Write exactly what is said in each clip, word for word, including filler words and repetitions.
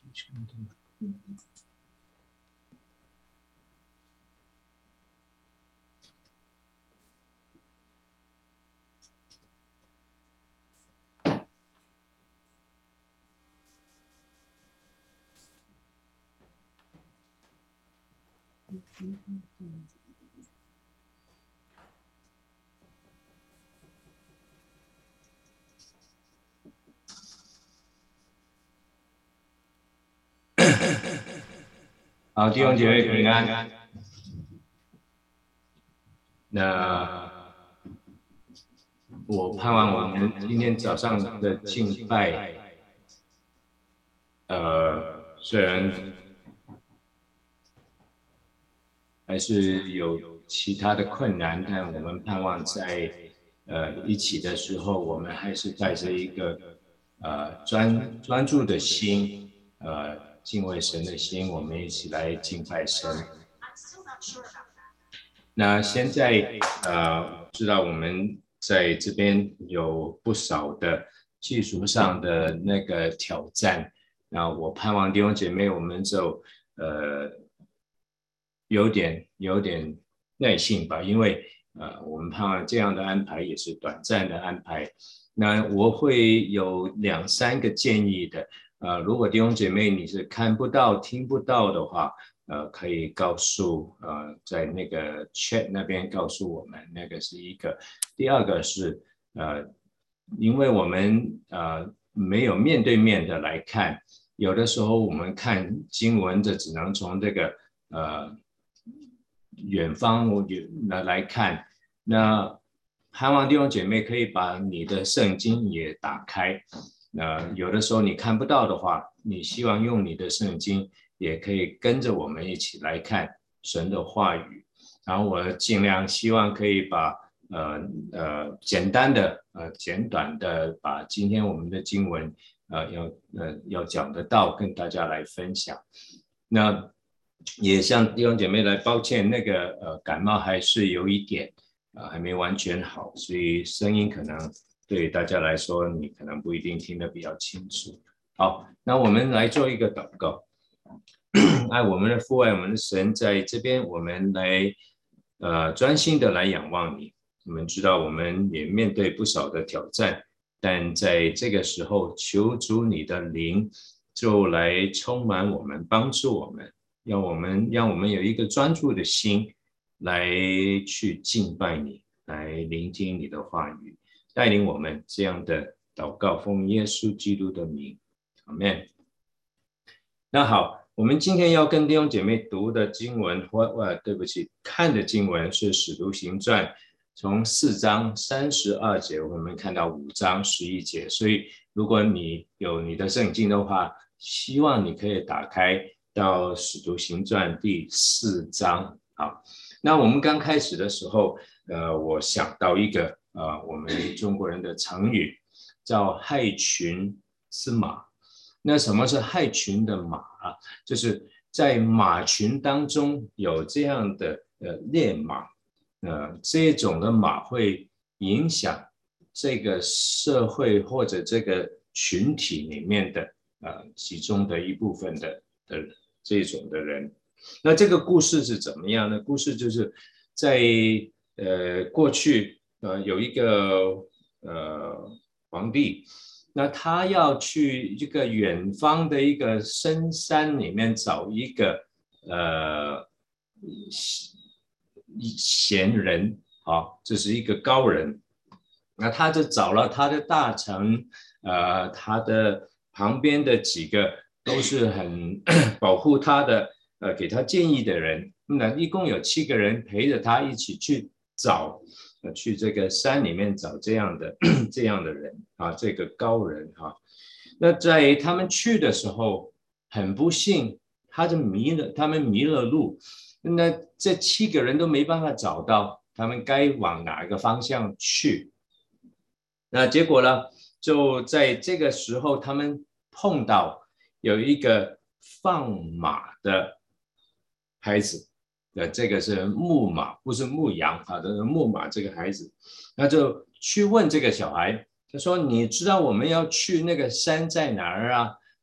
好，弟兄姐妹平安。那我盼望我们今天早上的敬拜，呃，虽然还是有其他的困难，但我们盼望在呃一起的时候，我们还是带着一个呃专专注的心，呃敬畏神的心，我们一起来敬拜神。那现在呃知道我们在这边有不少的技术上的那个挑战，那我盼望弟兄姐妹我们就呃有点有点耐性吧，因为呃我们盼望这样的安排也是短暂的安排。那我会有两三个建议的，呃，如果弟兄姐妹你是看不到、听不到的话，呃，可以告诉呃，在那个 chat 那边告诉我们，那个是一个。第二个是呃，因为我们呃没有面对面的来看，有的时候我们看经文这只能从这个呃远方来来看，那盼望弟兄姐妹可以把你的圣经也打开。那有的时候你看不到的话，你希望用你的圣经，也可以跟着我们一起来看神的话语。然后我尽量希望可以把呃呃简单的呃简短的把今天我们的经文呃要呃要讲的道跟大家来分享。那也向弟兄姐妹来抱歉，那个呃感冒还是有一点啊、呃、还没完全好，所以声音可能对大家来说你可能不一定听得比较清楚。好，那我们来做一个祷告。爱我们的父，爱我们的神，在这边我们来呃专心的来仰望你。我们知道我们也面对不少的挑战，但在这个时候，求主你的灵就来充满我们，帮助我们，让我们让我们有一个专注的心来去敬拜你，来聆听你的话语，带领我们这样的祷告，奉耶稣基督的名，阿们。那好，我们今天要跟弟兄姐妹读的经文，或呃，对不起，看的经文是《使徒行传》，从四章三十二节，我们看到五章十一节。所以，如果你有你的圣经的话，希望你可以打开到《使徒行传》第四章。好，那我们刚开始的时候，呃，我想到一个呃，我们中国人的成语，叫害群之马。那什么是害群的马啊？就是在马群当中有这样的呃烈马，呃这种的马会影响这个社会或者这个群体里面的呃其中的一部分的的这种的人。那这个故事是怎么样呢？故事就是在呃过去呃有一个呃皇帝。那他要去一个远方的一个深山里面找一个呃贤人，好，这是一个高人。那他就找了他的大臣，呃，他的旁边的几个都是很保护他的，呃，给他建议的人。那一共有七个人陪着他一起去找。去这个山里面找这样的这样的人啊，这个高人哈。那在他们去的时候，很不幸，他就迷了，他们迷了路。那这七个人都没办法找到他们该往哪个方向去。那结果呢，就在这个时候，他们碰到有一个放马的孩子。那这个是牧马，不是牧羊，好的，牧马这个孩子，那就去问这个小孩，他说：“你知道我们要去那个山在哪儿啊？”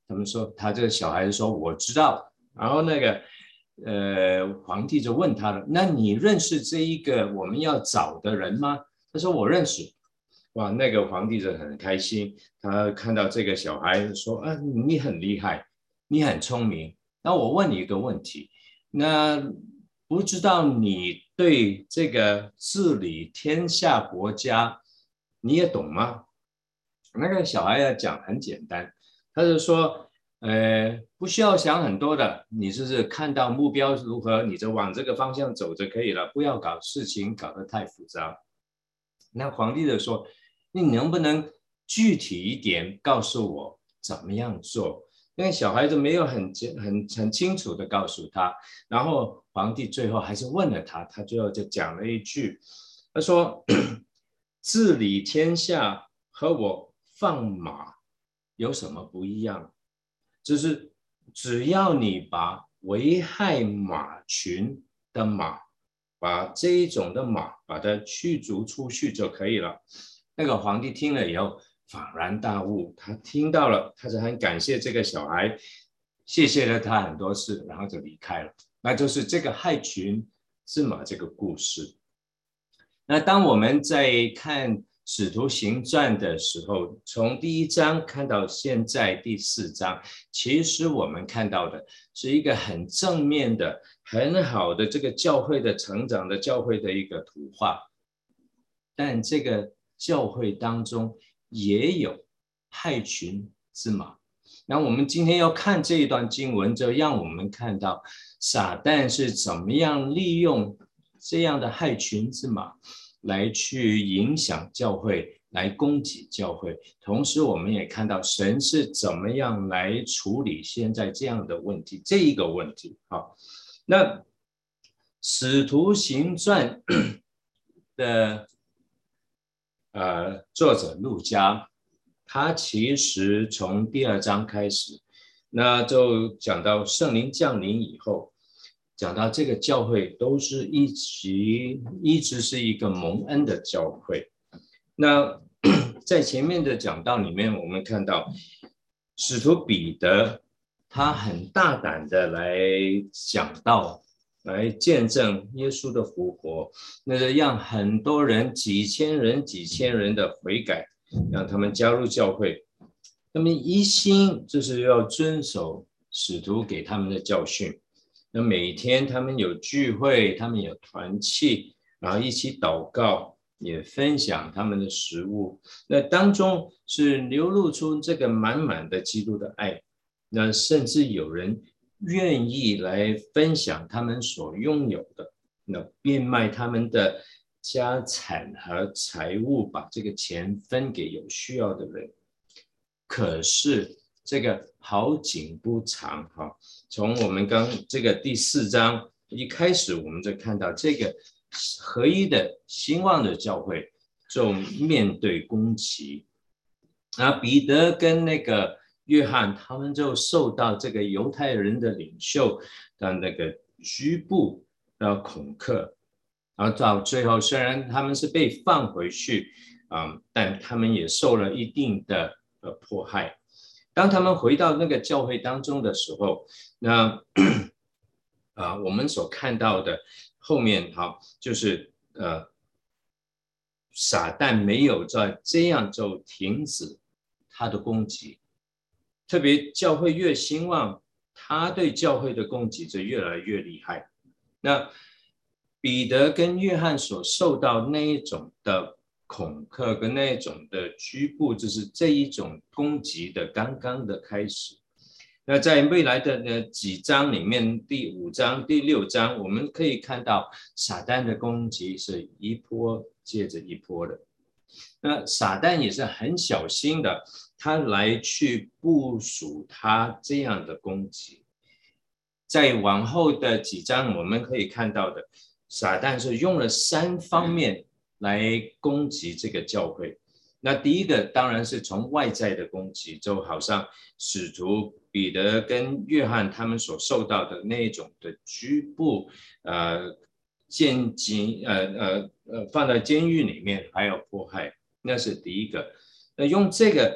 他们说，他这个小孩子说我知道。然后那个呃皇帝就问他了，那你认识这一个我们要找的人吗？他说我认识。哇，那个皇帝就很开心，他看到这个小孩说啊，你很厉害，你很聪明。那我问你一个问题，那不知道你对这个治理天下国家你也懂吗？那个小孩要讲很简单，他就说，呃，不需要想很多的，你就是看到目标如何，你就往这个方向走就可以了，不要搞事情搞得太复杂。那皇帝就说，你能不能具体一点告诉我怎么样做？因为小孩子没有很很很清楚的告诉他，然后皇帝最后还是问了他，他最后就讲了一句，他说治理天下和我放马有什么不一样？就是只要你把危害马群的马，把这一种的马把它驱逐出去就可以了。那个皇帝听了以后恍然大悟，他听到了，他是很感谢这个小孩，谢谢了他很多事，然后就离开了。那就是这个害群之马这个故事。那当我们在看使徒行传的时候，从第一章看到现在第四章，其实我们看到的是一个很正面的、很好的这个教会的成长的教会的一个图画。但这个教会当中也有害群之马。那我们今天要看这一段经文，就让我们看到撒旦是怎么样利用这样的害群之马来去影响教会，来攻击教会。同时我们也看到神是怎么样来处理现在这样的问题，这一个问题。好，那使徒行传的呃作者路加，他其实从第二章开始，那就讲到圣灵降临以后，讲到这个教会都是一直一直是一个蒙恩的教会。那在前面的讲道里面，我们看到使徒彼得他很大胆的来讲道，来见证耶稣的复活，那个让很多人几千人几千人的悔改，让他们加入教会。他们一心就是要遵守使徒给他们的教训。那每天他们有聚会，他们有团契，然后一起祷告，也分享他们的食物。那当中是流露出这个满满的基督的爱。那甚至有人愿意来分享他们所拥有的，那变卖他们的家产和财物，把这个钱分给有需要的人。可是这个好景不长哈，从我们刚这个第四章一开始，我们就看到这个合一的兴旺的教会就面对攻击，啊，彼得跟那个约翰他们就受到这个犹太人的领袖的那个拘捕的恐吓，然后到最后虽然他们是被放回去啊、嗯，但他们也受了一定的呃迫害。当他们回到那个教会当中的时候，那啊、呃，我们所看到的后面哈，就是呃，撒旦没有在这样就停止他的攻击，特别教会越兴旺，他对教会的攻击就越来越厉害。那彼得跟约翰所受到那一种的恐吓跟那一种的拘捕，就是这一种攻击的刚刚的开始。那在未来的呢几章里面，第五章、第六章，我们可以看到撒旦的攻击是一波接着一波的。那撒旦也是很小心的，他来去部署他这样的攻击。在往后的几章，我们可以看到的，撒旦是用了三方面来攻击这个教会。那第一个当然是从外在的攻击，就好像使徒彼得跟约翰他们所受到的那种的拘捕，呃，监禁，呃呃呃，放在监狱里面，还有迫害，那是第一个。那用这个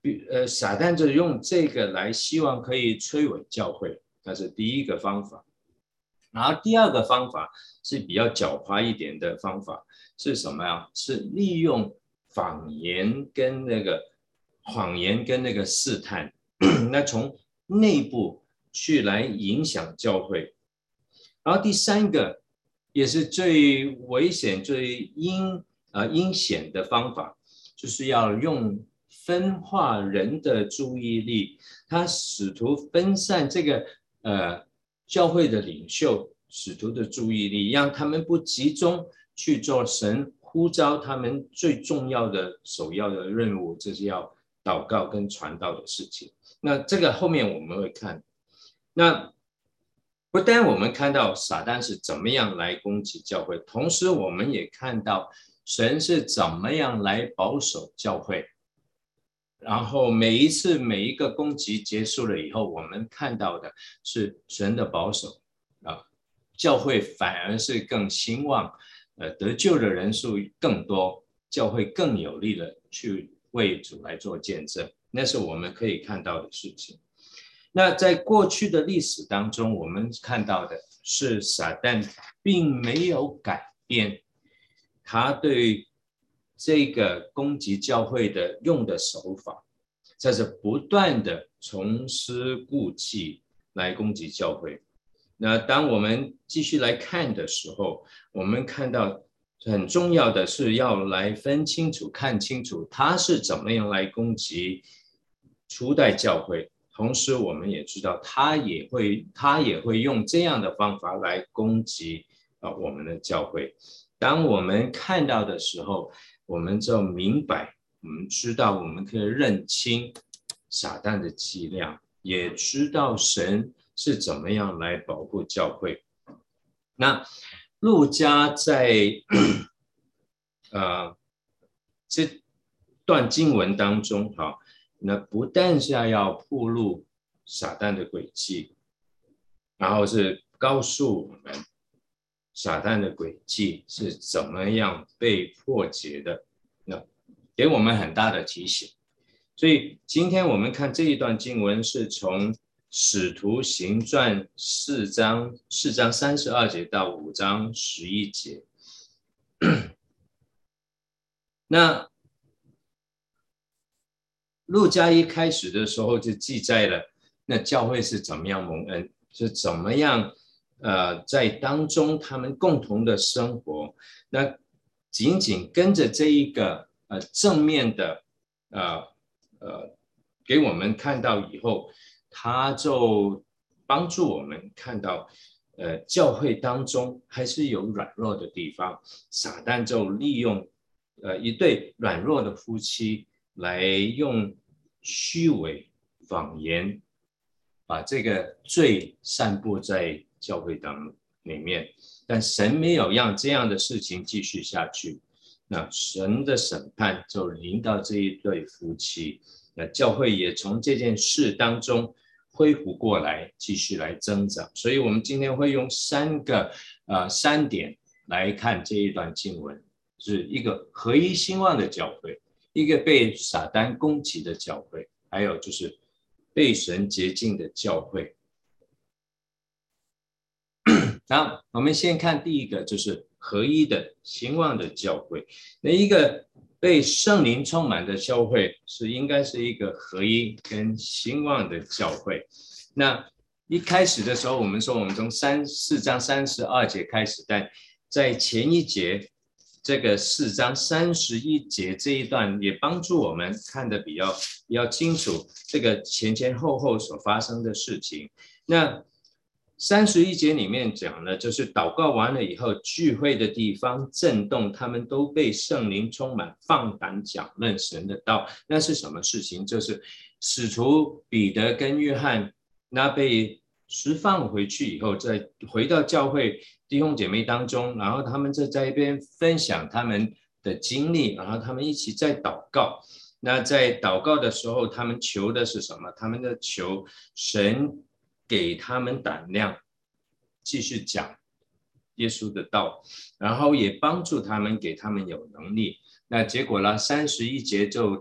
呃，撒旦就用这个来希望可以摧毁教会，那是第一个方法。然后第二个方法是比较狡猾一点的方法，是什么呀？是利用谎言跟那个谎言跟那个试探，那从内部去来影响教会。然后第三个也是最危险、最阴呃阴险的方法，就是要用分化人的注意力，他试图分散这个呃教会的领袖使徒的注意力，让他们不集中去做神呼召他们最重要的首要的任务，就是要祷告跟传道的事情。那这个后面我们会看。那不但我们看到撒旦是怎么样来攻击教会，同时我们也看到神是怎么样来保守教会。然后每一次每一个攻击结束了以后，我们看到的是神的保守啊，教会反而是更兴旺，呃，得救的人数更多，教会更有力的去为主来做见证，那是我们可以看到的事情。那在过去的历史当中，我们看到的是撒旦并没有改变他对这个攻击教会的用的手法，这是不断的重施故技来攻击教会。那当我们继续来看的时候，我们看到很重要的是要来分清楚、看清楚他是怎么样来攻击初代教会。同时，我们也知道他也会，他也会用这样的方法来攻击啊我们的教会。当我们看到的时候，我们就明白，我们知道，我们可以认清撒旦的伎俩，也知道神是怎么样来保护教会。那路加在呃这段经文当中，哈。那不但是要暴露撒旦的诡计，然后是告诉我们撒旦的诡计是怎么样被破解的，那给我们很大的提醒。所以今天我们看这一段经文是从使徒行传四章四章三十二节到五章十一节。那路加一开始的时候就记载了，那教会是怎么样蒙恩，是怎么样呃在当中他们共同的生活。那仅仅跟着这一个呃正面的呃呃给我们看到以后，他就帮助我们看到，呃教会当中还是有软弱的地方，撒旦就利用呃一对软弱的夫妻。来用虚伪谎言把这个罪散布在教会当里面，但神没有让这样的事情继续下去，那神的审判就临到这一对夫妻，那教会也从这件事当中恢复过来，继续来增长。所以我们今天会用三个呃三点来看这一段经文，是一个合一兴旺的教会，一个被撒旦攻击的教会，还有就是被神洁净的教会。好，我们先看第一个，就是合一的兴旺的教会。那一个被圣灵充满的教会是应该是一个合一跟兴旺的教会。那一开始的时候，我们说我们从三四章三十二节开始，但在前一节这个四章三十一节这一段也帮助我们看得比较比较清楚这个前前后后所发生的事情。那三十一节里面讲的就是祷告完了以后，聚会的地方震动，他们都被圣灵充满，放胆讲论神的道。那是什么事情？就是使徒彼得跟约翰那被释放回去以后，再回到教会弟兄姐妹当中，然后他们就在一边分享他们的经历，然后他们一起在祷告。那在祷告的时候，他们求的是什么？他们的求神给他们胆量，继续讲耶稣的道，然后也帮助他们，给他们有能力。那结果呢？三十一节就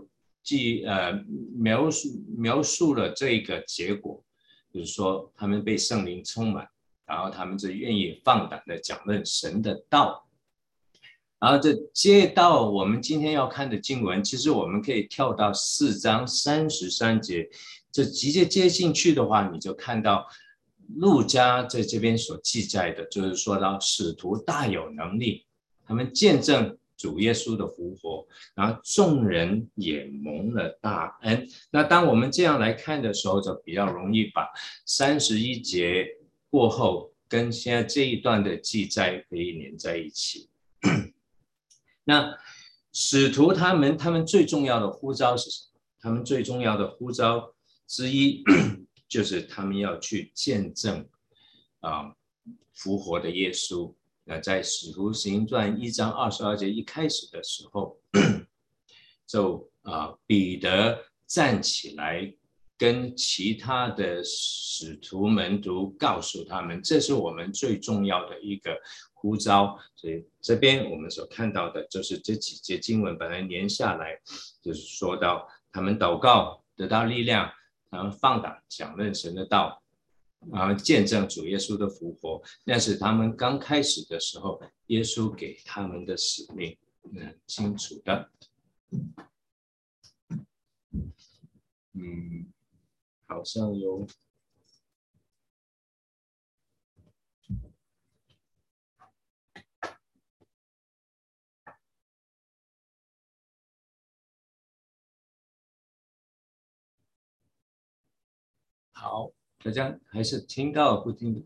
记呃描述描述了这个结果，就是说他们被圣灵充满，然后他们就愿意放胆的讲论神的道。然后这接到我们今天要看的经文，其实我们可以跳到四章三十三节，这直接接进去的话，你就看到路加在这边所记载的，就是说到使徒大有能力，他们见证主耶稣的复活，然后众人也蒙了大恩。那当我们这样来看的时候，就比较容易把三十一节过后跟现在这一段的记载可以连在一起。那使徒他们他们最重要的呼召是什么？他们最重要的呼召之一就是他们要去见证啊复活的耶稣。那在使徒行传一章二十二节一开始的时候，就啊彼得站起来跟其他的使徒门徒告诉他们，这是我们最重要的一个呼召。所以这边我们所看到的就是这几节经文本来连下来，就是说到他们祷告得到力量，他们放胆讲论神的道，然后见证主耶稣的复活。那是他们刚开始的时候，耶稣给他们的使命，很清楚的。嗯，好像有。好，大家还是听到不听？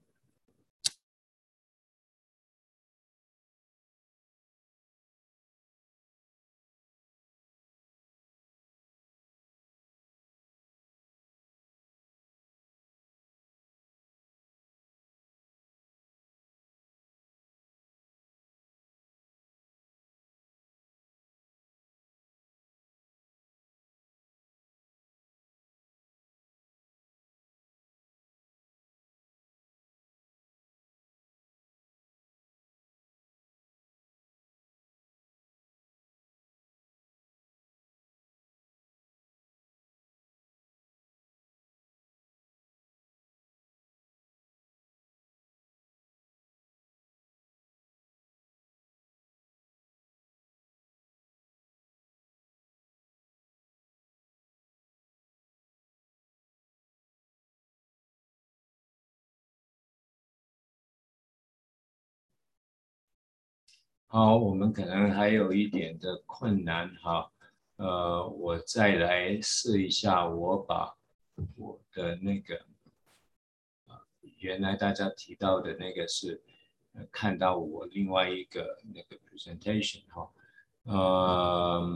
好，我们可能还有一点的困难哈，呃，我再来试一下，我把我的那个，原来大家提到的那个是，呃看到我另外一个那个 presentation 哈，呃，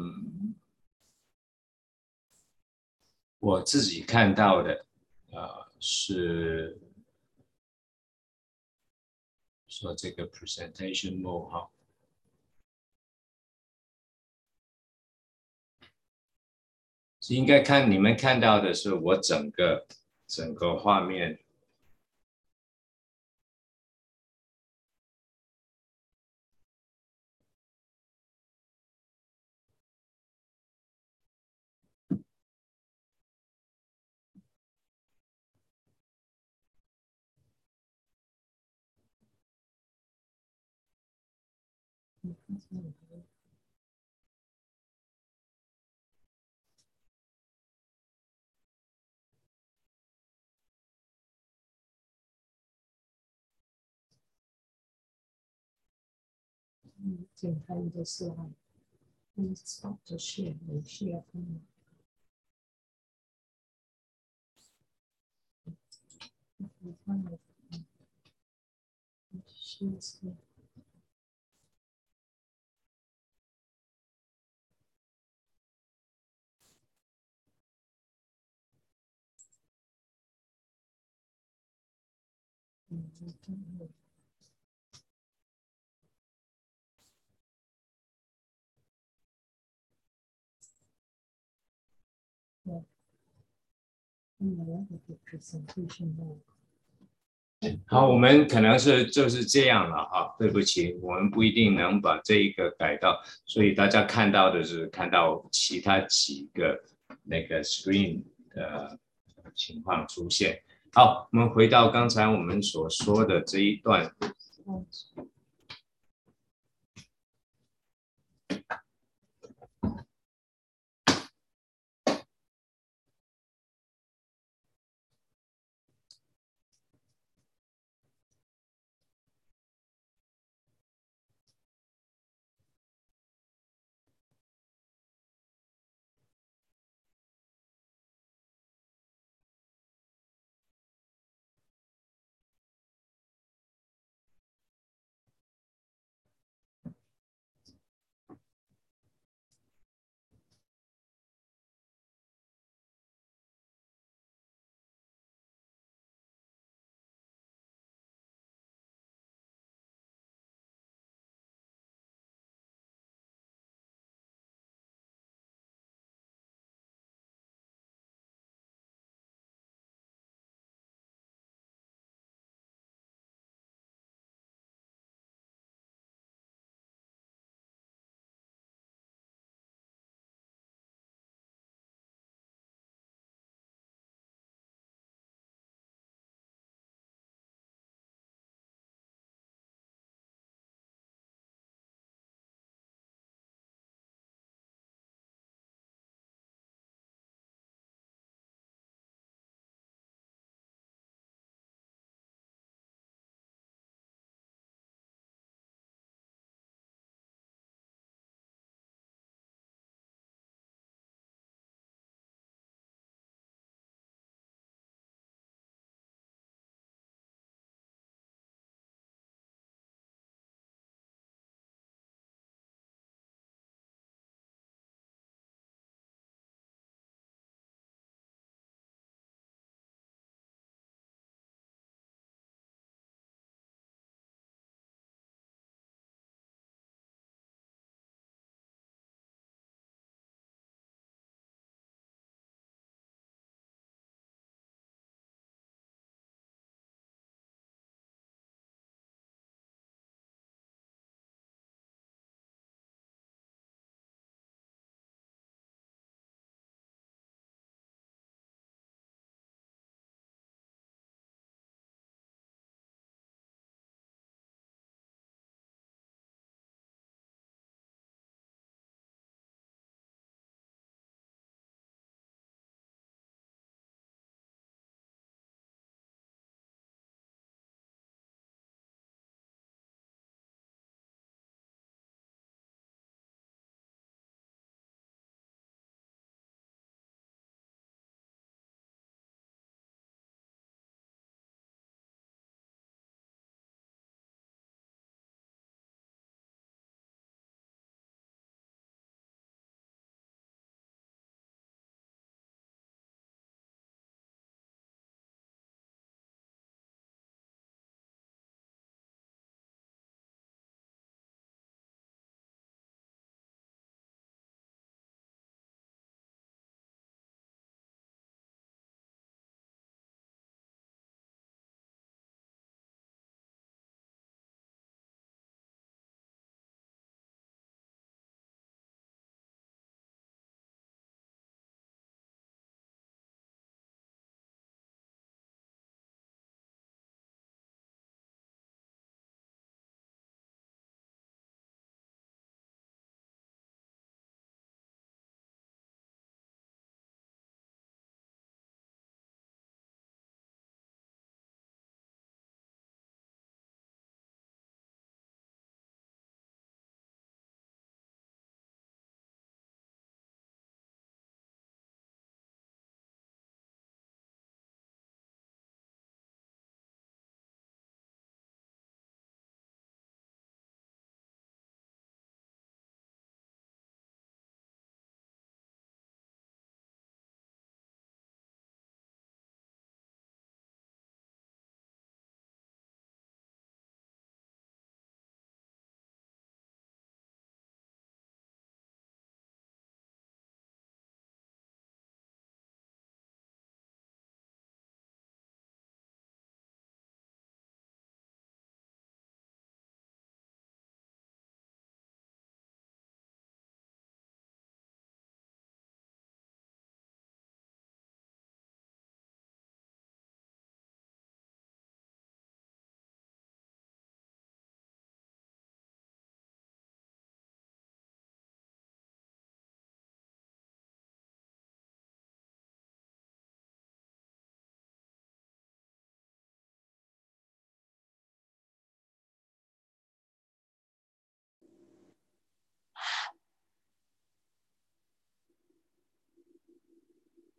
我自己看到的，呃，是说这个 presentation mode 哈。应该看你们看到的是我整个整个画面。 嗯，简单的是啊，嗯，少的是没事，嗯，我看了，是是，嗯，嗯，对，嗯，我有个 presentation 的。 好，我们可能是就是这样了哈，对不起，我们不一定能把这一个改到，所以大家看到的是看到其他几个那个 screen 的情况出现。好，我们回到刚才我们所说的这一段。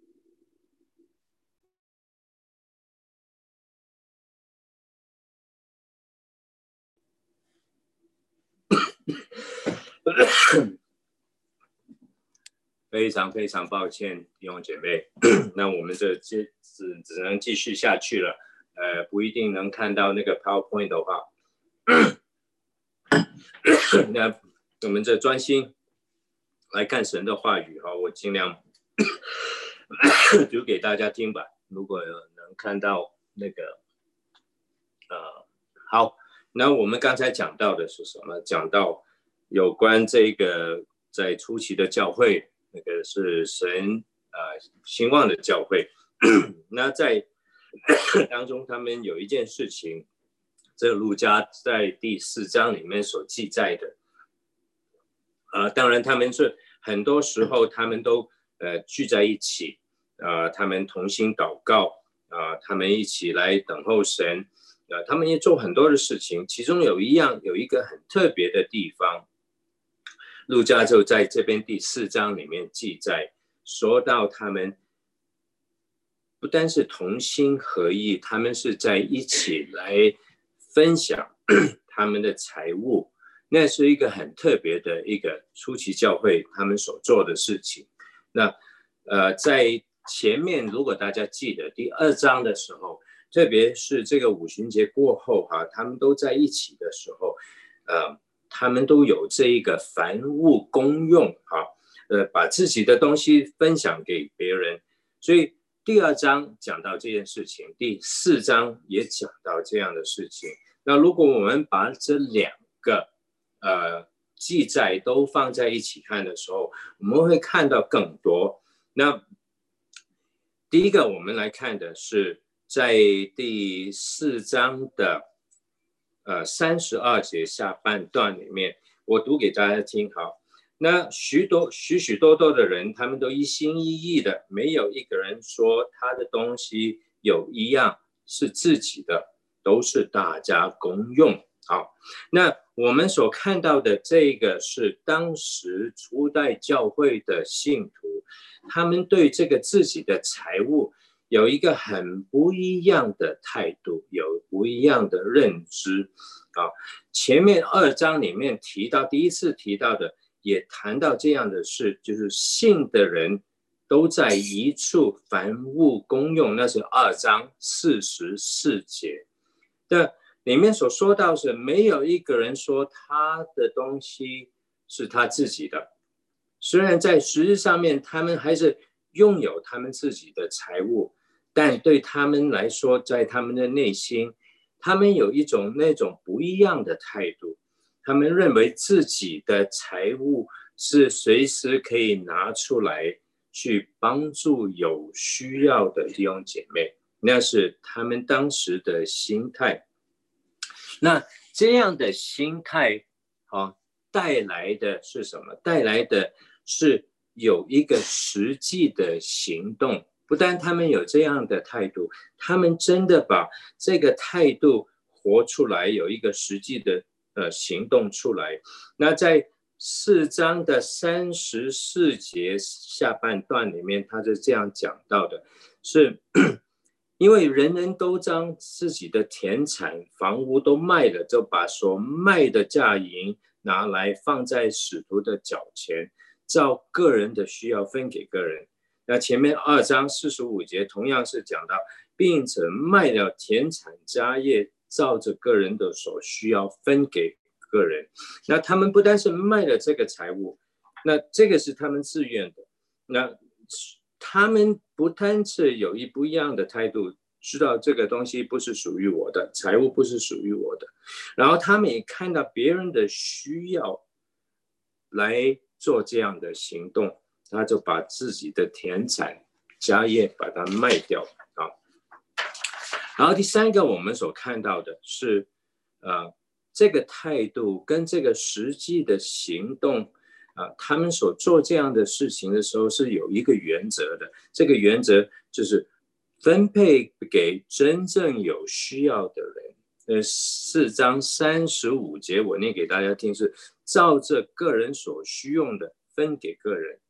非常非常抱歉，弟兄姐妹，那我们这只只能继续下去了。呃，不一定能看到那个 PowerPoint 的话，那我们这专心来看神的话语哈，我尽量读给大家听吧。如果能看到那个，呃，好，那我们刚才讲到的是什么？讲到有关这个在初期的教会，那个是神呃兴旺的教会。那在当中，他们有一件事情，这个路加在第四章里面所记载的。呃，当然他们是很多时候他们都呃聚在一起，呃，他们同心祷告，呃，他们一起来等候神，呃，他们也做很多的事情。其中有一样有一个很特别的地方，路加就在这边第四章里面记载，说到他们不单是同心合意，他们是在一起来分享他们的财物。那是一个很特别的一个初期教会他们所做的事情。那呃，在前面如果大家记得第二章的时候，特别是这个五旬节过后哈、啊，他们都在一起的时候，呃，他们都有这一个凡物公用哈、啊，呃，把自己的东西分享给别人。所以第二章讲到这件事情，第四章也讲到这样的事情。那如果我们把这两个呃，记载都放在一起看的时候，我们会看到更多。那第一个我们来看的是在第四章的呃三十二节下半段里面，我读给大家听好。那许多许许多多的人，他们都一心一意的，没有一个人说他的东西有一样是自己的，都是大家公用。好，那我们所看到的这个是当时初代教会的信徒，他们对这个自己的财物有一个很不一样的态度，有不一样的认知。啊，前面二章里面提到，第一次提到的也谈到这样的事，就是信的人都在一处凡物公用，那是二章四十四节的。里面所说到是没有一个人说他的东西是他自己的，虽然在实质上面他们还是拥有他们自己的财物，但对他们来说，在他们的内心，他们有一种那种不一样的态度，他们认为自己的财物是随时可以拿出来去帮助有需要的弟兄姐妹，那是他们当时的心态。那这样的心态，啊，带来的是什么？带来的是有一个实际的行动。不但他们有这样的态度，他们真的把这个态度活出来，有一个实际的呃行动出来。那在四章的三十四节下半段里面，他是这样讲到的，是。因为人人都将自己的田产房屋都卖了，就把所卖的价银拿来放在使徒的脚前，照个人的需要分给个人。那前面二章四十五节同样是讲到，并且卖了田产家业，照着个人的所需要分给个人。那他们不单是卖了这个财物，那这个是他们自愿的。那他们不单是有一不一样的态度，知道这个东西不是属于我的，财物不是属于我的，然后他们也看到别人的需要来做这样的行动，他就把自己的田产家业把它卖掉啊。然后第三个我们所看到的是，呃，这个态度跟这个实际的行动。啊，他们所做这样的事情的时候是有一个原则的，这个原则就是分配给真正有需要的人。呃，四章三十五节我念给大家听，是照着个人所需用的分给个人。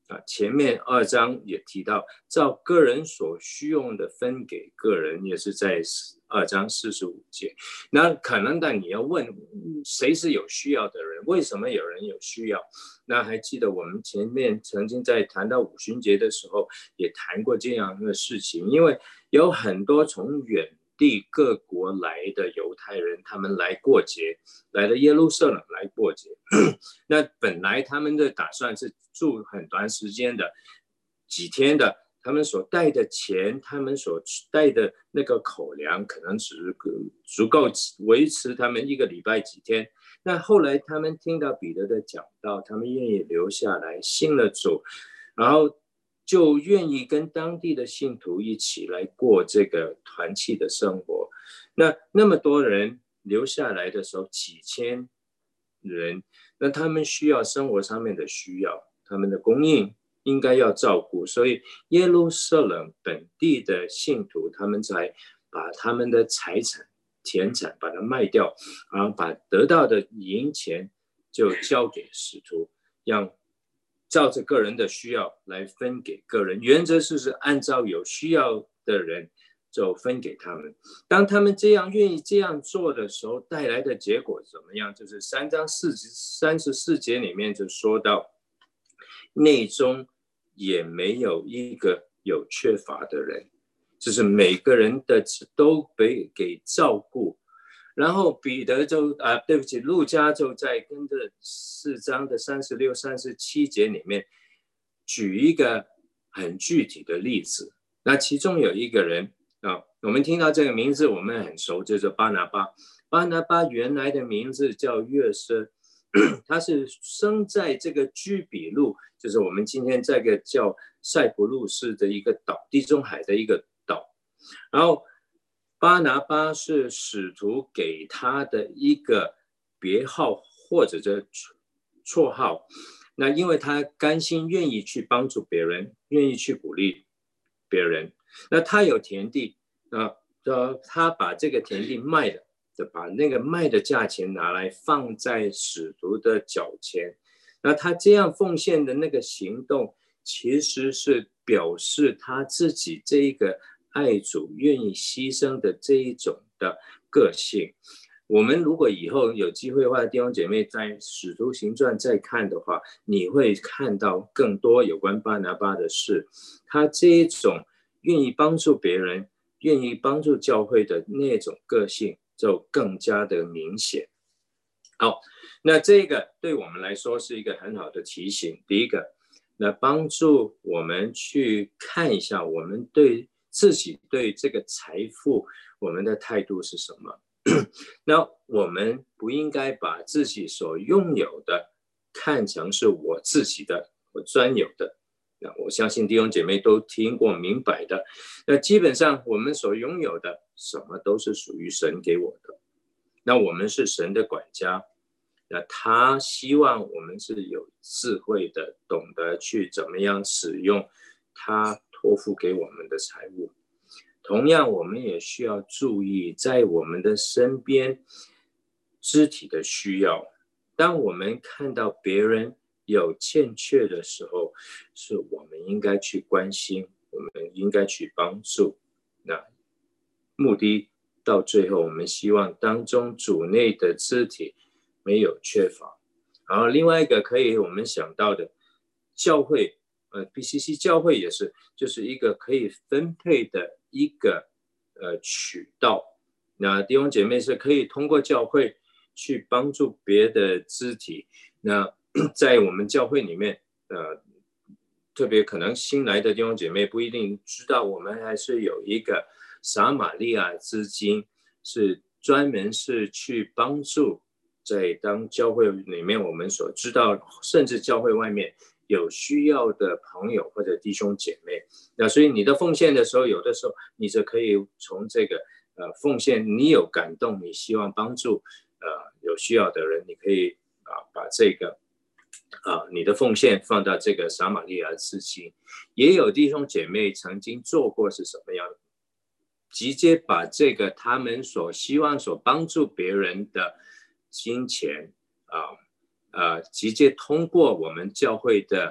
啊，前面二章也提到，照个人所需用的分给个人，也是在二章四十五节。那可能的你要问，谁是有需要的人？为什么有人有需要？那还记得我们前面曾经在谈到五旬节的时候，也谈过这样的事情，因为有很多从远地各国来的犹太人，他们来过节，来了耶路撒冷来过节。那本来他们的打算是住很短时间的，几天的，他们所带的钱，他们所带的那个口粮，可能只足够维持他们一个礼拜几天。那后来他们听到彼得的讲道，他们愿意留下来信了主，然后就愿意跟当地的信徒一起来过这个团契的生活。那那么多人留下来的时候，几千人，那他们需要生活上面的需要，他们的供应应该要照顾，所以耶路撒冷本地的信徒，他们才把他们的财产田产把它卖掉，然后把得到的银钱就交给使徒，让照着个人的需要来分给个人，原则是是按照有需要的人就分给他们。当他们这样愿意这样做的时候，带来的结果怎么样？就是三章三十四节里面就说到，内中也没有一个有缺乏的人，就是每个人的都被给照顾。然后彼得就啊，对不起，路加就在跟着四章的三十六、三十七节里面举一个很具体的例子。那其中有一个人啊，我们听到这个名字我们很熟，就是巴拿巴。巴拿巴原来的名字叫约瑟，他是生在这个居比路，就是我们今天这个叫塞浦路斯的一个岛，地中海的一个岛。然后巴拿巴是使徒给他的一个别号或者是绰号，那因为他甘心愿意去帮助别人，愿意去鼓励别人。那他有田地，那他把这个田地卖了，就把那个卖的价钱拿来放在使徒的脚前。那他这样奉献的那个行动，其实是表示他自己这一个爱主愿意牺牲的这一种的个性。我们如果以后有机会的话，弟兄姐妹在使徒行传再看的话，你会看到更多有关巴拿巴的事。他这一种愿意帮助别人，愿意帮助教会的那种个性就更加的明显。好，那这个对我们来说是一个很好的提醒。第一个，那帮助我们去看一下我们对自己对这个财富我们的态度是什么。那我们不应该把自己所拥有的看成是我自己的，我专有的。那我相信弟兄姐妹都听过明白的。那基本上我们所拥有的什么都是属于神给我的。那我们是神的管家，那他希望我们是有智慧的，懂得去怎么样使用他托付给我们的财物。同样我们也需要注意在我们的身边肢体的需要。当我们看到别人有欠缺的时候，是我们应该去关心，我们应该去帮助。那目的到最后，我们希望当中主内的肢体没有缺乏。然后另外一个可以我们想到的教会，呃 B C C 教会也是，就是一个可以分配的一个呃渠道。那弟兄姐妹是可以通过教会去帮助别的肢体。那在我们教会里面，呃，特别可能新来的弟兄姐妹不一定知道，我们还是有一个撒玛利亚资金，是专门是去帮助在当教会里面我们所知道，甚至教会外面有需要的朋友或者弟兄姐妹。那所以你的奉献的时候，有的时候你就可以从这个呃奉献，你有感动，你希望帮助呃有需要的人，你可以啊把这个啊你的奉献放到这个撒玛利亚资金。也有弟兄姐妹曾经做过是什么样的，直接把这个他们所希望所帮助别人的金钱啊呃直接通过我们教会的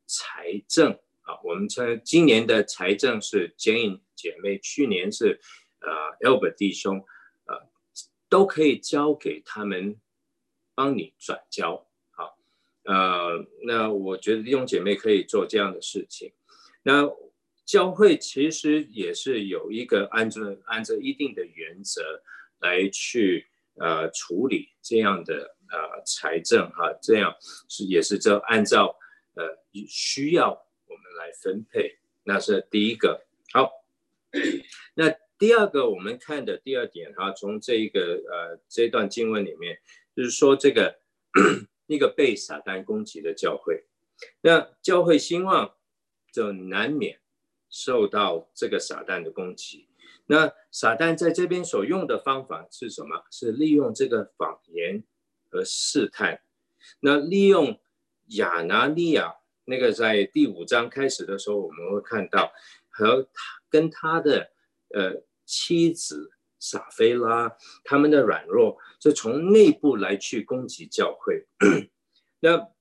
财政啊，我们称今年的财政是 Jane 姐妹，去年是呃 Albert 弟兄，呃，都可以交给他们帮你转交。好，呃，那我觉得弟兄姐妹可以做这样的事情。那教会其实也是有一个按照按照一定的原则来去呃处理这样的呃财政哈，这样是也是这按照呃需要我们来分配，那是第一个。好，那第二个我们看的第二点哈，从这个呃这段经文里面，就是说这个一个被撒旦攻击的教会，那教会兴旺就难免受到这个撒旦的攻击。那撒旦在这边所用的方法是什么？是利用这个谎言和试探。那利用亚拿尼亚，那个在第五章开始的时候，我们会看到和他跟他的呃妻子撒菲拉他们的软弱，就从内部来去攻击教会。那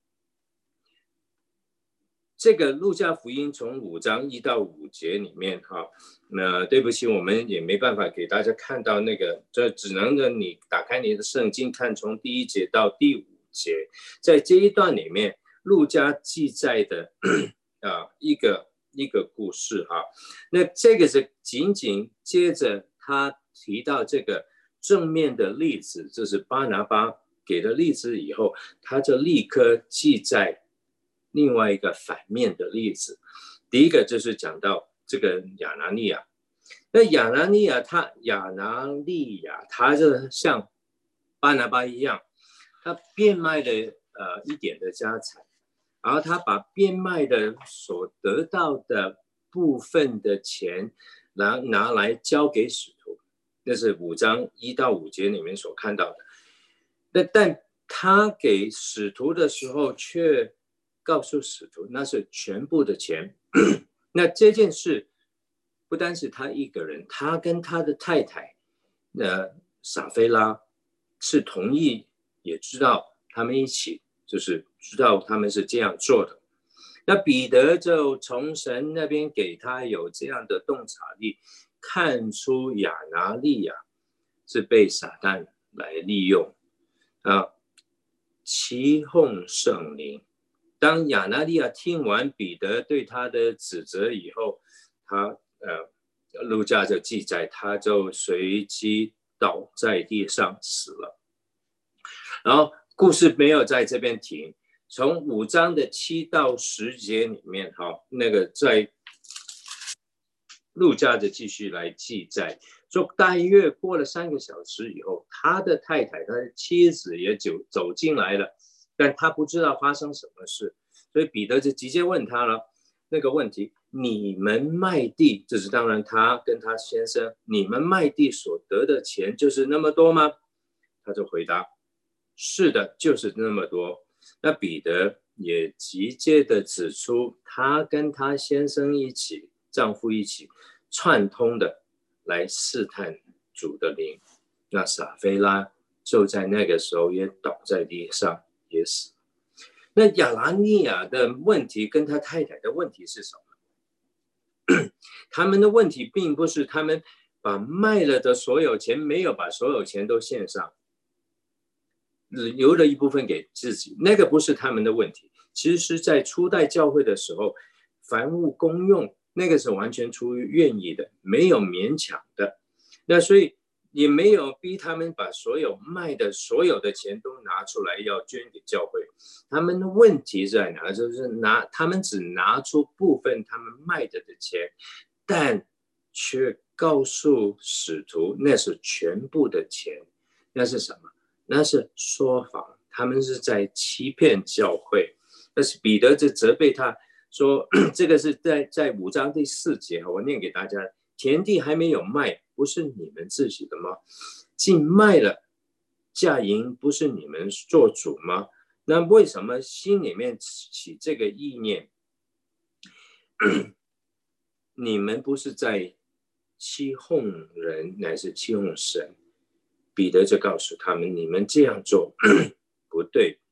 这个路加福音从五章一到五节里面哈，那对不起，我们也没办法给大家看到那个，这只能让你打开你的圣经看从第一节到第五节，在这一段里面，路加记载的啊一个一个故事哈，那这个是仅仅接着他提到这个正面的例子，就是巴拿巴给的例子以后，他就立刻记载另外一个反面的例子。第一个就是讲到这个亚拿尼亚，那亚拿尼亚他亚拿尼亚他就像巴拿巴一样，他变卖了呃一点的家产，然后他把变卖的所得到的部分的钱拿拿来交给使徒，那是五章一到五节里面所看到的。那但他给使徒的时候却告诉使徒那是全部的钱。那这件事不单是他一个人，他跟他的太太呃撒菲拉是同意，也知道他们一起就是知道他们是这样做的。那彼得就从神那边给他有这样的洞察力，看出亚拿利亚是被撒旦来利用啊，起哄圣灵。当亚拿利亚听完彼得对他的指责以后，他呃，路加就记载，他就随即倒在地上死了。然后故事没有在这边停，从五章的七到十节里面，哈，那个在路加就继续来记载，说大约过了三个小时以后，他的太太，他的妻子也走走进来了。但他不知道发生什么事，所以彼得就直接问他了那个问题：你们卖地，就是当然他跟他先生，你们卖地所得的钱就是那么多吗？他就回答：是的，就是那么多。那彼得也直接的指出，他跟他先生一起，丈夫一起串通的来试探主的灵。那撒菲拉就在那个时候也倒在地上。也死。那亚拿尼亚的问题跟他太太的问题是什么？他们的问题并不是他们把卖了的所有钱没有把所有钱都献上，留了一部分给自己，那个不是他们的问题。其实在初代教会的时候，凡物公用，那个是完全出于愿意的，没有勉强的。那所以也没有逼他们把所有卖的所有的钱都拿出来要捐给教会。他们的问题在哪？就是拿他们只拿出部分他们卖的的钱，但却告诉使徒那是全部的钱。那是什么？那是说谎，他们是在欺骗教会。但是彼得就责备他说，这个是在在五章第四节，我念给大家：田地还没有卖，不是你们自己的吗？既卖了，价银不是你们做主吗？那为什么心里面起这个意念？你们不是在欺哄人，乃是欺哄神。彼得就告诉他们，你们这样做不对，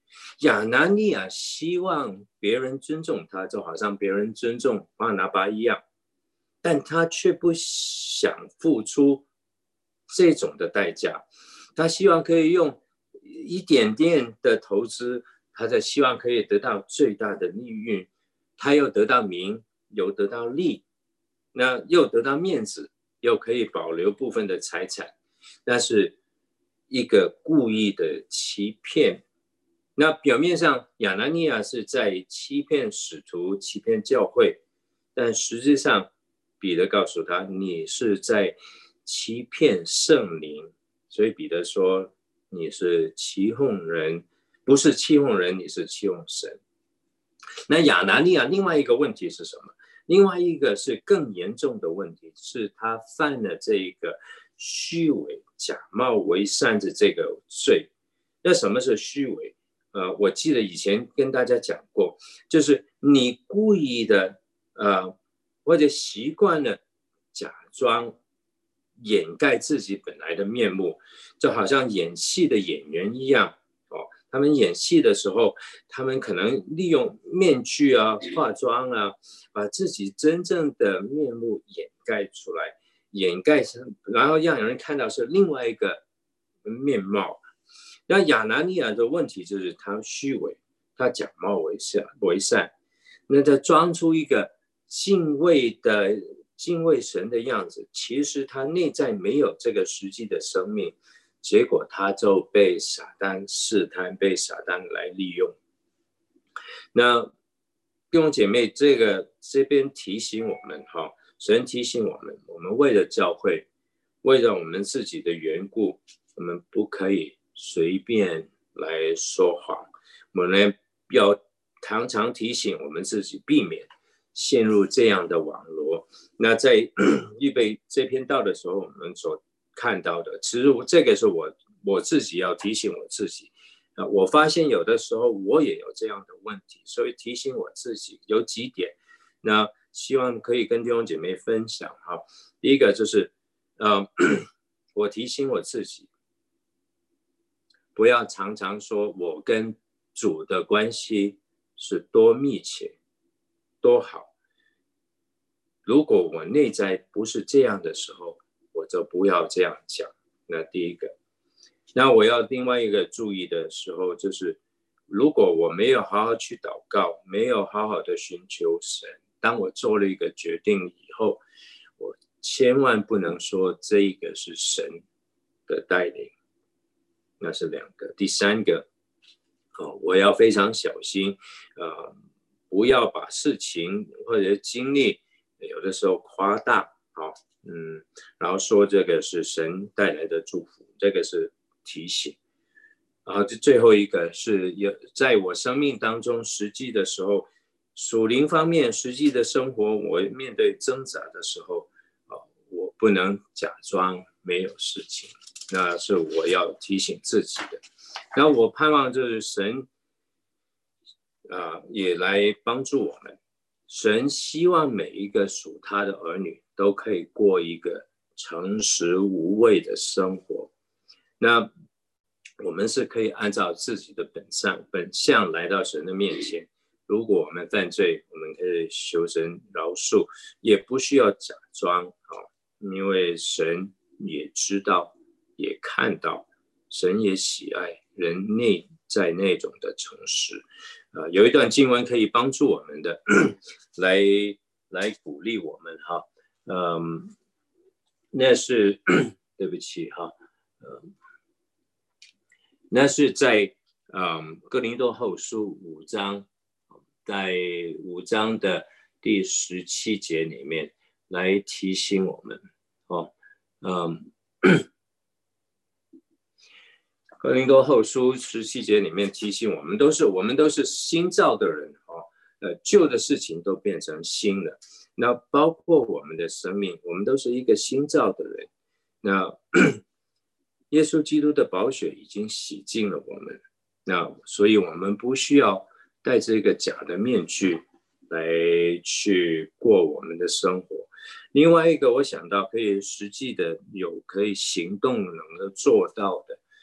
亚拿尼亚希望别人尊重他，就好像别人尊重巴拿巴一样，但他却不想付出这种的代价。他希望可以用一点点的投资，他在希望可以得到最大的利润，他又得到名，又得到利，那又得到面子，又可以保留部分的财产，那是一个故意的欺骗。那表面上亚拿尼亚是在欺骗使徒，欺骗教会，但实际上彼得告诉他，你是在欺骗圣灵。所以彼得说，你是欺哄人，不是欺哄人，你是欺哄神。那亚拿尼亚另外一个问题是什么？另外一个是更严重的问题，是他犯了这个虚伪假冒为善的这个罪。那什么是虚伪？呃，我记得以前跟大家讲过，就是你故意的呃，或者习惯了假装掩盖自己本来的面目，就好像演戏的演员一样哦。他们演戏的时候，他们可能利用面具啊、化妆啊，把自己真正的面目掩盖出来，掩盖成，然后让人看到是另外一个面貌。那亚拿尼亚的问题就是他虚伪，他假冒为善，为善，那他装出一个敬畏的敬畏神的样子，其实他内在没有这个实际的生命，结果他就被撒旦试探，被撒旦来利用。那弟兄姐妹，这个这边提醒我们哈，神提醒我们，我们为了教会，为了我们自己的缘故，我们不可以随便来说谎，我们要常常提醒我们自己，避免陷入这样的网罗。那在预备这篇道的时候，我们所看到的，其实这个是我我自己要提醒我自己。我发现有的时候我也有这样的问题，所以提醒我自己有几点，那希望可以跟弟兄姐妹分享哈。第一个就是，呃，我提醒我自己，不要常常说我跟主的关系是多密切、多好。如果我内在不是这样的时候，我就不要这样讲。那第一个，那我要另外一个注意的时候，就是如果我没有好好去祷告，没有好好的寻求神，当我做了一个决定以后，我千万不能说这一个是神的带领。那是两个。第三个，哦，我要非常小心，呃，不要把事情或者经历有的时候夸大，好、哦，嗯，然后说这个是神带来的祝福，这个是提醒。然后最后一个是有在我生命当中实际的时候，属灵方面实际的生活，我面对挣扎的时候，哦，我不能假装没有事情。那是我要提醒自己的。那我盼望就是神啊、呃，也来帮助我们。神希望每一个属他的儿女都可以过一个诚实无畏的生活。那我们是可以按照自己的本相本相来到神的面前。如果我们犯罪，我们可以求神饶恕，也不需要假装、哦、因为神也知道。也看到神也喜爱人内在那种的诚实、呃、有一段经文可以帮助我们的来来鼓励我们哈，嗯，那是对不起哈，嗯，那是在嗯哥林多后书五章，在五章的第十七节里面来提醒我们哦，嗯。哥林多后书十七节里面提醒我们，都是我们都是新造的人哦，呃，旧的事情都变成新的。那包括我们的生命，我们都是一个新造的人。那耶稣基督的宝血已经洗净了我们，那所以我们不需要戴着一个假的面具来去过我们的生活。另外一个，我想到可以实际的有可以行动能够做到的。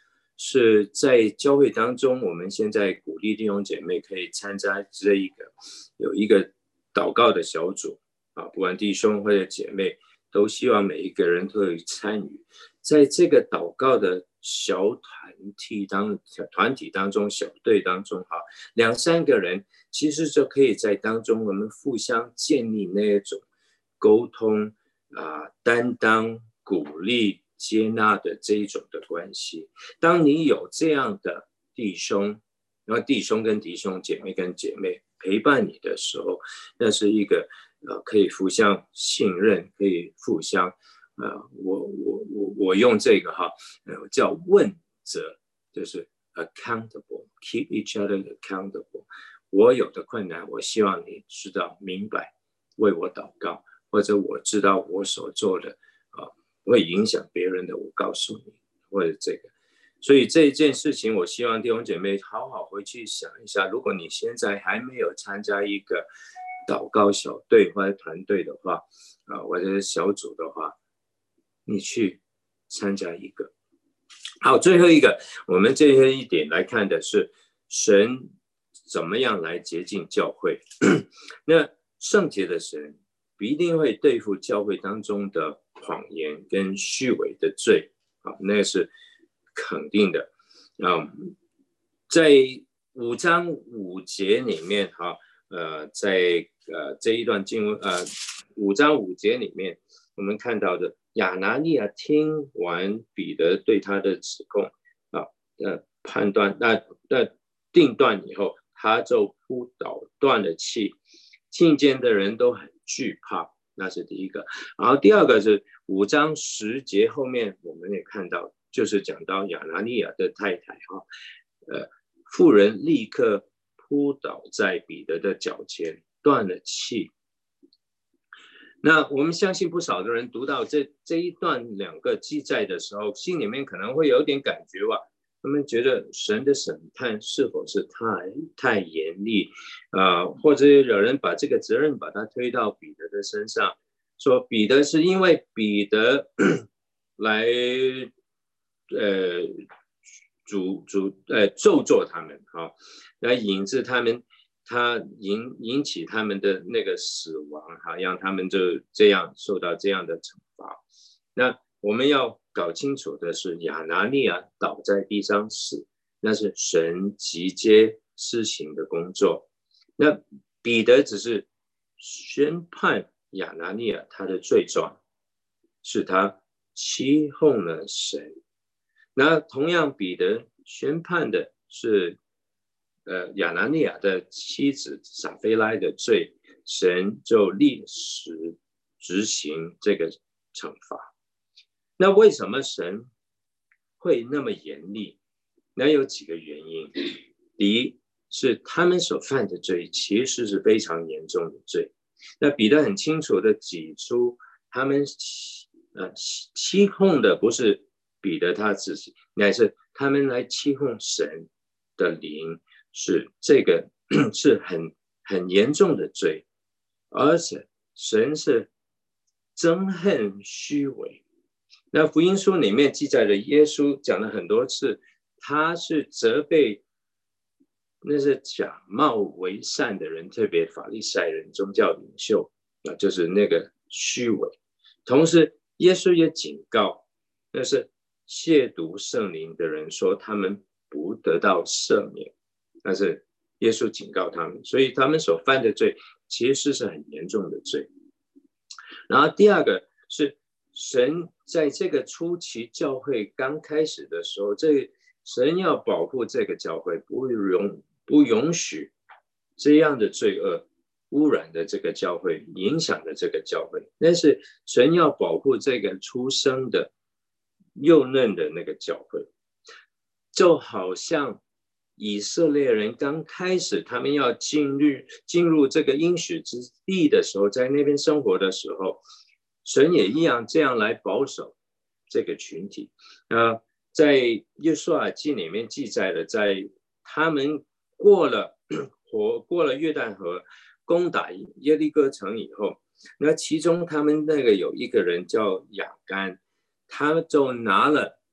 是在教会当中，我们现在鼓励弟兄姐妹可以参加这一个有一个祷告的小组啊，不管弟兄或者姐妹，都希望每一个人都有参与，在这个祷告的小团体当团体当中，小队当中哈，两三个人其实就可以在当中我们互相建立那种沟通啊、担当、鼓励、接纳的这一种的关系。当你有这样的弟兄，然后弟兄跟弟兄、姐妹跟姐妹陪伴你的时候，那是一个呃可以互相信任，可以互相呃，我我我我用这个哈，呃叫问责，就是 accountable，keep each other accountable。我有的困难，我希望你知道明白，为我祷告，或者我知道我所做的啊、呃、会影响别人的，我告诉你，或者这个。所以这一件事情，我希望弟兄姐妹好好回去想一下。如果你现在还没有参加一个祷告小队或者团队的话，啊、呃，或者是小组的话，你去参加一个。好，最后一个，我们这一点来看的是神怎么样来洁净教会。那圣洁的神一定会对付教会当中的谎言跟虚伪的罪，好，那是肯定的。嗯，在五章五节里面，哈，呃，在呃这一段经文，呃，五章五节里面，我们看到的亚拿尼亚听完彼得对他的指控，啊，呃，判断那那定断以后，他就扑倒断了气，听见的人都很惧怕，那是第一个。然后第二个是五章十节后面，我们也看到，就是讲到亚拿尼亚的太太哈，呃，妇人立刻扑倒在彼得的脚前，断了气。那我们相信不少的人读到这这一段两个记载的时候，心里面可能会有点感觉吧。他们觉得神的审判是否是太太严厉，呃，或者有人把这个责任把它推到彼得的身上，说彼得是因为彼得来呃主主呃咒詛他们，哈、哦，来引致他们。他 引, 引起他们的那个死亡，哈，让他们就这样受到这样的惩罚。那我们要搞清楚的是，亚拿尼亚倒在地上死，那是神直接施行的工作。那彼得只是宣判亚拿尼亚他的罪状，是他欺哄了神。那同样，彼得宣判的是。呃，亚拿尼亚的妻子撒非拉的罪，神就立时执行这个惩罚。那为什么神会那么严厉？那有几个原因。第一是他们所犯的罪其实是非常严重的罪。那彼得很清楚的指出，他们呃欺哄的不是彼得他自己，乃是他们来欺哄神的灵。是这个是很很严重的罪，而且神是憎恨虚伪。那福音书里面记载的耶稣讲了很多次，他是责备那是假冒为善的人，特别法利赛人、宗教领袖，那就是那个虚伪。同时耶稣也警告那是亵渎圣灵的人，说他们不得到赦免。但是耶稣警告他们，所以他们所犯的罪其实是很严重的罪。然后第二个是神在这个初期教会刚开始的时候，这神要保护这个教会，不容不允许这样的罪恶污染的这个教会，影响的这个教会。但是神要保护这个出生的幼嫩的那个教会，就好像以色列人刚开始他们要进入进入这个应许之地的时候，在那边生活的时候，神也一样这样来保守这个群体。呃，在约书亚记里面记载了，在他们过了活过了约旦河，攻打耶利哥城以后，那其中他们那个有一个人叫亚干，他就拿了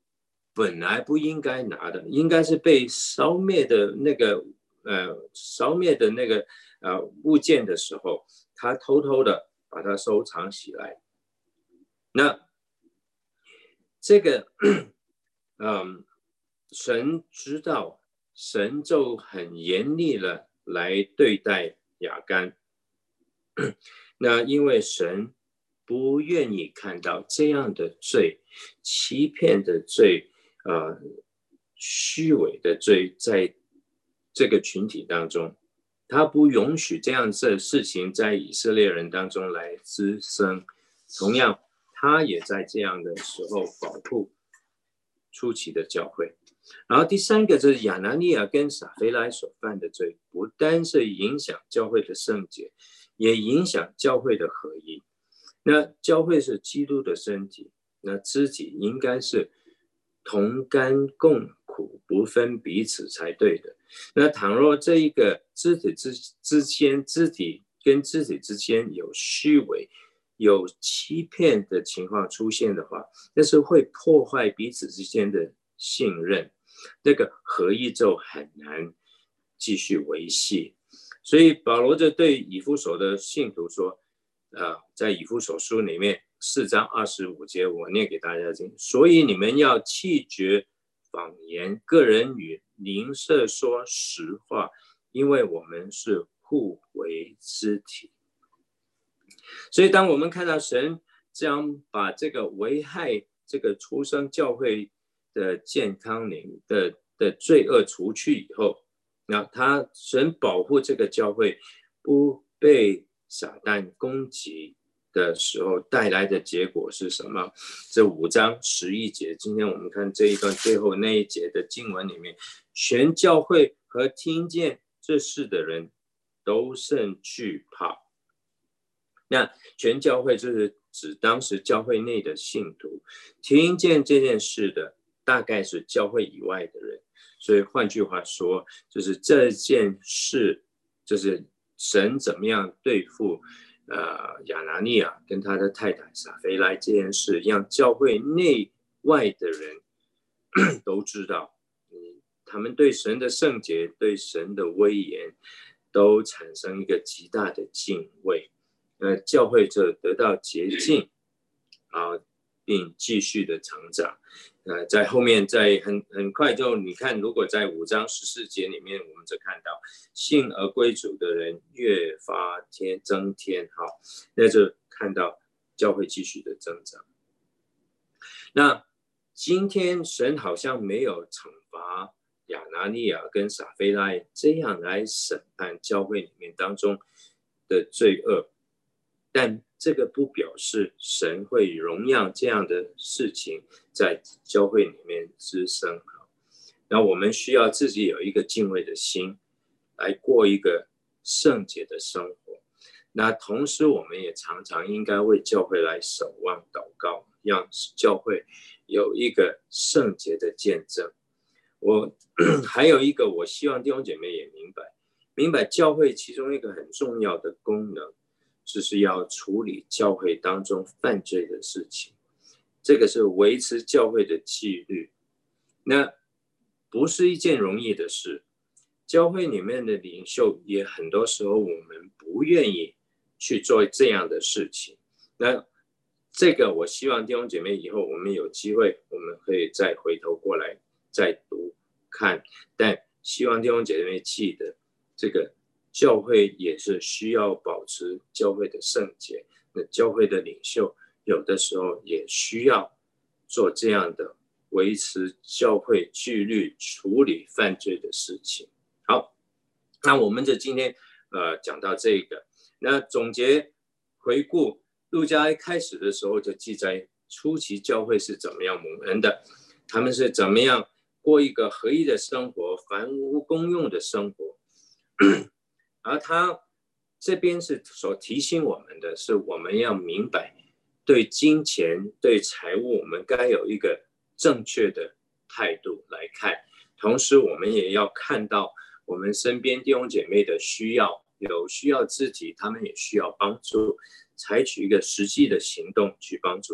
本来不应该拿的，应该是被烧灭的那个呃烧灭的那个呃物件的时候，他偷偷的把它收藏起来。那这个嗯，神知道，神就很严厉了来对待亚干。那因为神不愿意看到这样的罪，欺骗的罪，呃，虚伪的罪，在这个群体当中，他不允许这样的事情在以色列人当中来滋生。同样，他也在这样的时候保护初期的教会。然后第三个就是亚拿尼亚跟撒非拉所犯的罪，不单是影响教会的圣洁，也影响教会的合一。那教会是基督的身体，那肢体应该是同甘共苦，不分彼此才对的。那倘若这一个肢体之之间，肢体跟肢体之间有虚伪、有欺骗的情况出现的话，那是会破坏彼此之间的信任，这个合一就很难继续维系。所以保罗就对以弗所的信徒说，呃，在以弗所书里面四章二十五节，我念给大家听。所以你们要弃绝谎言，个人与邻舍说实话，因为我们是互为肢体。所以当我们看到神这样把这个危害这个出生教会的健康的的罪恶除去以后，那他神保护这个教会不被撒旦攻击的时候带来的结果是什么？这五章十一节，今天我们看这一段最后那一节的经文里面，全教会和听见这事的人都甚惧怕。那全教会就是指当时教会内的信徒，听见这件事的大概是教会以外的人。所以换句话说，就是这件事，就是神怎么样对付呃亚拿尼亚跟他的太太撒非拉这件事，让教会内外的人都知道，嗯，他们对神的圣洁、对神的威严都产生一个极大的敬畏，呃，教会就得到洁净啊，并继续的成长。呃，在后面在很很快就你看，如果在五章十四节里面，我们就看到信而归主的人越发添增添，好，那就看到教会继续的增长。那今天神好像没有惩罚亚拿尼亚跟撒非拉这样来审判教会里面当中的罪恶，但这个不表示神会容让这样的事情在教会里面滋生。那我们需要自己有一个敬畏的心，来过一个圣洁的生活。那同时我们也常常应该为教会来守望祷告，让教会有一个圣洁的见证。我还有一个我希望弟兄姐妹也明白，明白教会其中一个很重要的功能，就是要处理教会当中犯罪的事情，这个是维持教会的纪律。那不是一件容易的事，教会里面的领袖也很多时候我们不愿意去做这样的事情。那这个我希望弟兄姐妹以后我们有机会我们可以再回头过来再读看，但希望弟兄姐妹记得，这个教会也是需要保持教会的圣洁，那教会的领袖有的时候也需要做这样的维持教会纪律、处理犯罪的事情。好，那我们就今天呃讲到这个。那总结回顾，路加一开始的时候就记载初期教会是怎么样蒙恩的，他们是怎么样过一个合一的生活、凡无公用的生活。而他这边是所提醒我们的是，我们要明白对金钱、对财务，我们该有一个正确的态度来看。同时我们也要看到我们身边弟兄姐妹的需要，有需要肢体，他们也需要帮助，采取一个实际的行动去帮助他们。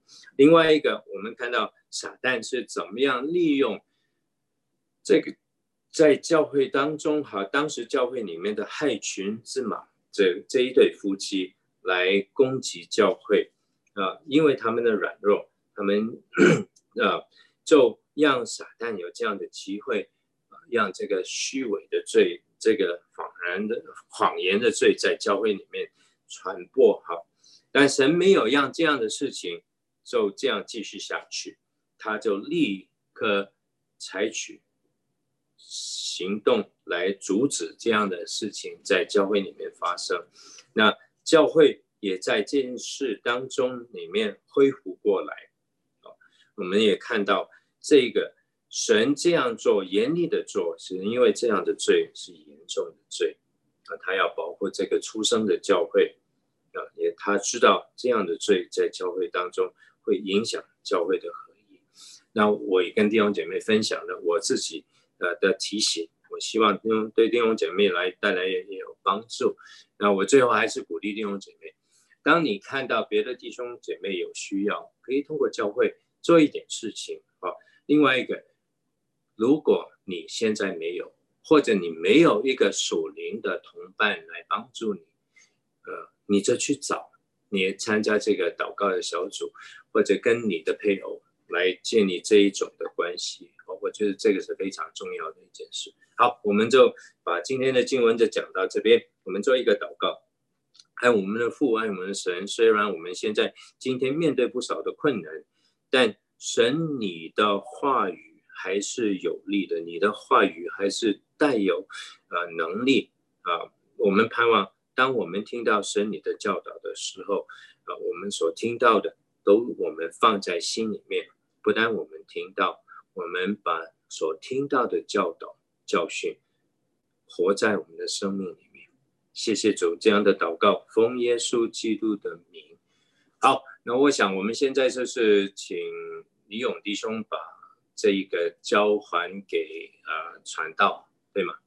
另外一个，我们看到撒旦是怎么样利用这个在教会当中，哈，当时教会里面的害群之马，这这一对夫妻来攻击教会啊、呃，因为他们的软弱，他们呃就让撒旦有这样的机会，呃、让这个虚伪的罪，这个谎然的谎言的罪在教会里面传播，哈。但神没有让这样的事情就这样继续下去，他就立刻采取行动来阻止这样的事情在教会里面发生。那教会也在这件事当中里面恢复过来。我们也看到这个神这样做，严厉的做，是因为这样的罪是严重的罪，他要保护这个出生的教会，也他知道这样的罪在教会当中会影响教会的合一。那我也跟弟兄姐妹分享了我自己的提醒，我希望对弟兄姐妹来带来也有帮助。那我最后还是鼓励弟兄姐妹，当你看到别的弟兄姐妹有需要，可以通过教会做一点事情。另外一个，如果你现在没有，或者你没有一个属灵的同伴来帮助你，呃，你就去找，你也参加这个祷告的小组，或者跟你的配偶来建立这一种的关系。我觉得这个是非常重要的一件事。好，我们就把今天的经文就讲到这边，我们做一个祷告。爱我们的父，爱我们的神，虽然我们现在今天面对不少的困难，但神你的话语还是有力的，你的话语还是带有、呃、能力、呃、我们盼望当我们听到神你的教导的时候、呃、我们所听到的都我们放在心里面，不但我们听到，我们把所听到的教导教训活在我们的生命里面。谢谢主，这样的祷告奉耶稣基督的名。好，那我想我们现在就是请李勇弟兄把这一个交还给呃传道，对吗？